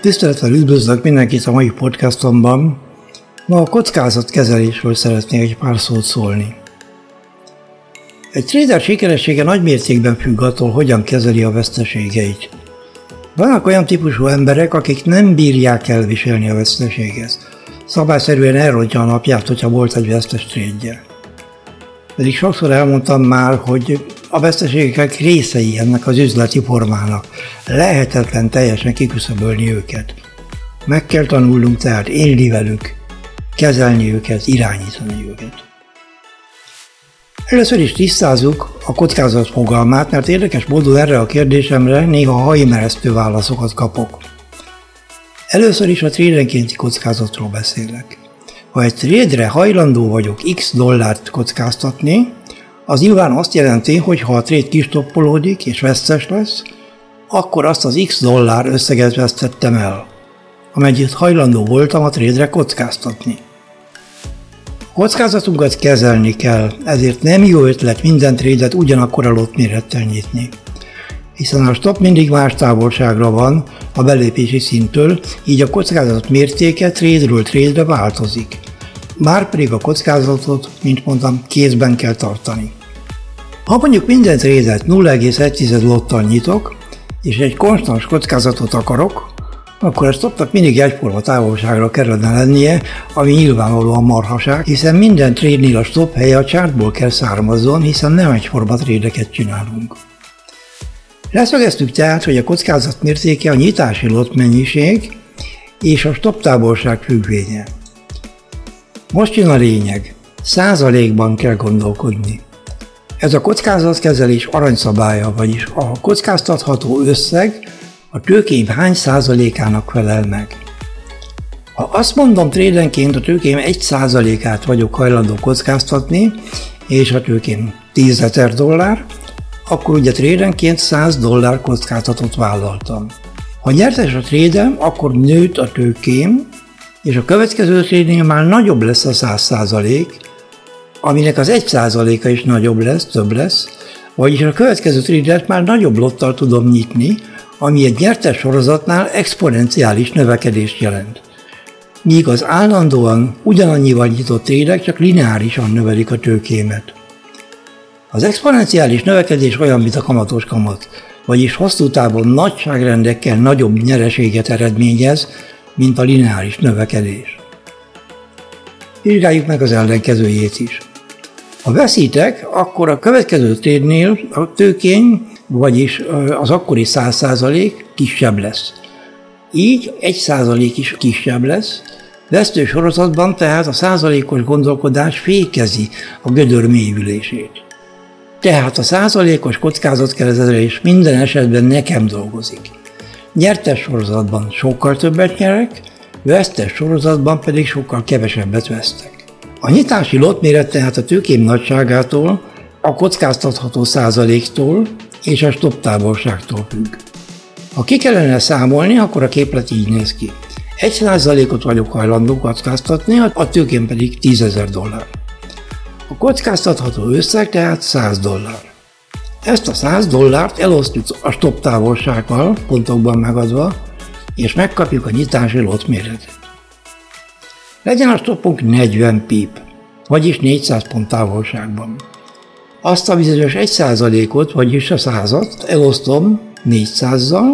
Tisztelettel üdvözlök mindenkit a mai podcastomban. Ma a kockázatkezelésről szeretnék egy pár szót szólni. Egy trader sikeressége nagy mértékben függ attól, hogyan kezeli a veszteségeit. Vannak olyan típusú emberek, akik nem bírják elviselni a veszteséget. Szabályszerűen elrontja a napját, hogyha volt egy vesztes trade-je. Pedig sokszor elmondtam már, hogy a veszteségek részei ennek az üzleti formának. Lehetetlen teljesen kiküszöbölni őket. Meg kell tanulnunk tehát élni velük, kezelni őket, irányítani őket. Először is tisztázzuk a kockázat fogalmát, mert érdekes módon erre a kérdésemre néha hajmeresztő válaszokat kapok. Először is a traderenkénti kockázatról beszélek. Ha egy trade-re hajlandó vagyok x dollárt kockáztatni, az nyilván azt jelenti, hogy ha a trade kistoppolódik és vesztes lesz, akkor azt az x dollár összeget vesztettem el, amennyit hajlandó voltam a trade-re kockáztatni. A kockázatunkat kezelni kell, ezért nem jó ötlet minden trade-et ugyanakkor a lottmérettel nyitni. Hiszen a stop mindig más távolságra van a belépési szinttől, így a kockázat mértéke trade-ről trade-re változik. Márpedig a kockázatot, mint mondtam, kézben kell tartani. Ha mondjuk minden trade-et 0,1 lottal nyitok, és egy konstans kockázatot akarok, akkor a stopnak mindig egyforma távolságra kellene lennie, ami nyilvánvalóan marhaság, hiszen minden trade-nél a stop helye a chartból kell származzon, hiszen nem egyforma trade-eket csinálunk. Leszögeztük tehát, hogy a kockázat mértéke a nyitási lott mennyiség és a stop távolság függvénye. Most jön a lényeg, százalékban kell gondolkodni. Ez a kockázatkezelés aranyszabálya, vagyis a kockáztatható összeg a tőkém hány százalékának felel meg. Ha azt mondom, tradenként a tőkém 1%-át vagyok hajlandó kockáztatni, és a tőkém 10 000 dollár, akkor ugye tradenként 100 dollár kockázatot vállaltam. Ha nyertes a trade-em, akkor nőtt a tőkém, és a következő trade-nél már nagyobb lesz a 100%, aminek az 1%-a is nagyobb lesz, több lesz, vagyis a következő trade-et már nagyobb lottal tudom nyitni, ami egy nyertes sorozatnál exponenciális növekedést jelent. Míg az állandóan ugyanannyival nyitott trade-ek csak lineárisan növelik a tőkémet. Az exponenciális növekedés olyan, mint a kamatos kamat, vagyis hosszú távon nagyságrendekkel nagyobb nyereséget eredményez, mint a lineáris növekedés. Vizsgáljuk meg az ellenkezőjét is. Ha veszítek, akkor a következő trade-nél a tőkény, vagyis az akkori 100% kisebb lesz. Így 1% is kisebb lesz, vesztő sorozatban tehát a százalékos gondolkodás fékezi a gödör mélyülését. Tehát a százalékos kockázatkezelés minden esetben nekem dolgozik. Nyertes sorozatban sokkal többet nyerek, vesztes sorozatban pedig sokkal kevesebbet vesztek. A nyitási lottméret tehát a tőkém nagyságától, a kockáztatható százaléktól és a stop távolságtól függ. Ha ki kellene számolni, akkor a képlet így néz ki. 1%-ot vagyok hajlandó kockáztatni, a tőkém pedig 10 000 dollár. A kockáztatható összeg tehát 100 dollár. Ezt a 100 dollárt elosztjuk a stop távolsággal, pontokban megadva, és megkapjuk a nyitási lott méretet. Legyen a stopunk 40 pip, vagyis 400 pont távolságban. Azt a bizonyos 1%-ot, vagyis a 100-at elosztom 400-zal,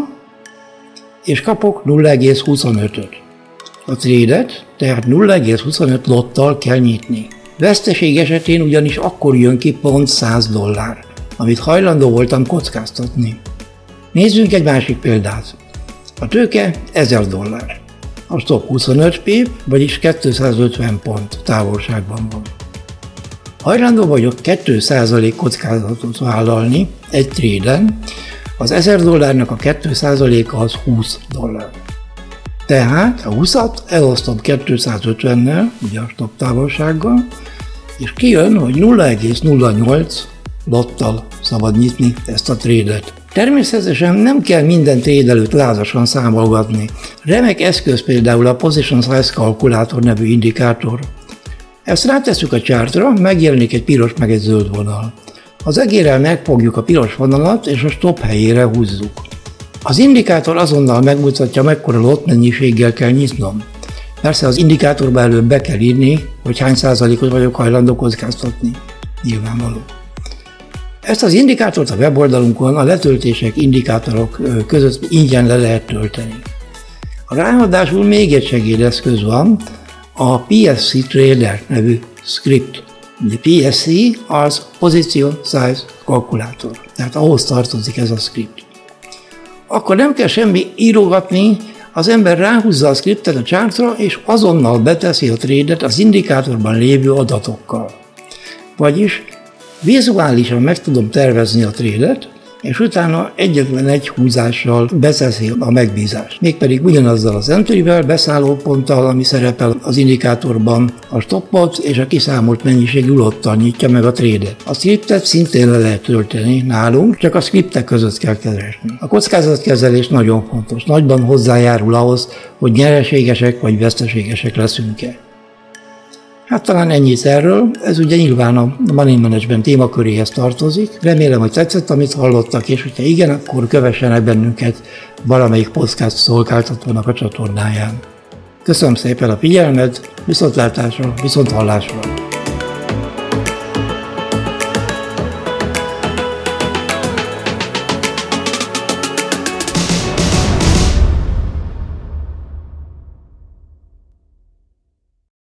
és kapok 0,25-öt. A trade-et tehát 0,25 lottal kell nyitni. Veszteség esetén ugyanis akkor jön ki pont 100 dollár, amit hajlandó voltam kockáztatni. Nézzünk egy másik példát. A tőke 1000 dollár. A stop 25 pip, vagyis 250 pont távolságban van. Hajlandó vagyok 2% kockázatot vállalni egy trade-en, az 1000 dollárnak a 2%-a az 20 dollár. Tehát a 20-at elosztom 250-nel, ugye a stop távolsággal, és kijön, hogy 0,08 lottal szabad nyitni ezt a trade-et. Természetesen nem kell minden trade előtt lázasan számolgatni. Remek eszköz például a Position Size Calculator nevű indikátor. Ezt rátesszük a chartra, megjelenik egy piros meg egy zöld vonal. Az egérrel megfogjuk a piros vonalat és a stop helyére húzzuk. Az indikátor azonnal megmutatja, mekkora lottmennyiséggel kell nyitnom. Persze az indikátorba előbb be kell írni, hogy hány százalékot vagyok hajlandó kockáztatni. Nyilvánvaló. Ezt az indikátort a weboldalunkon a letöltések, indikátorok között ingyen le lehet tölteni. Ráadásul még egy segédeszköz van, a PSC Trader nevű script. A PSC az Position Size Calculator, tehát ahhoz tartozik ez a script. Akkor nem kell semmi írogatni, az ember ráhúzza a scriptet a chartra, és azonnal beteszi a tradet az indikátorban lévő adatokkal. Vagyis vizuálisan meg tudom tervezni a tradet, és utána egyetlen egy húzással beteszi a megbízást. Mégpedig ugyanazzal az entry-vel, beszállóponttal, ami szerepel az indikátorban, a stoppot és a kiszámolt mennyiségű lottal nyitja meg a tradet. A scriptet szintén le lehet tölteni nálunk, csak a scriptek között kell keresni. A kockázatkezelés nagyon fontos, nagyban hozzájárul ahhoz, hogy nyereségesek vagy veszteségesek leszünk-e. Hát talán ennyit erről, ez ugye nyilván a Money Management témaköréhez tartozik. Remélem, hogy tetszett, amit hallottak, és hogyha igen, akkor kövessenek bennünket valamelyik podcast szolgáltatónak a csatornáján. Köszönöm szépen a figyelmet, viszontlátásra, viszonthallásra!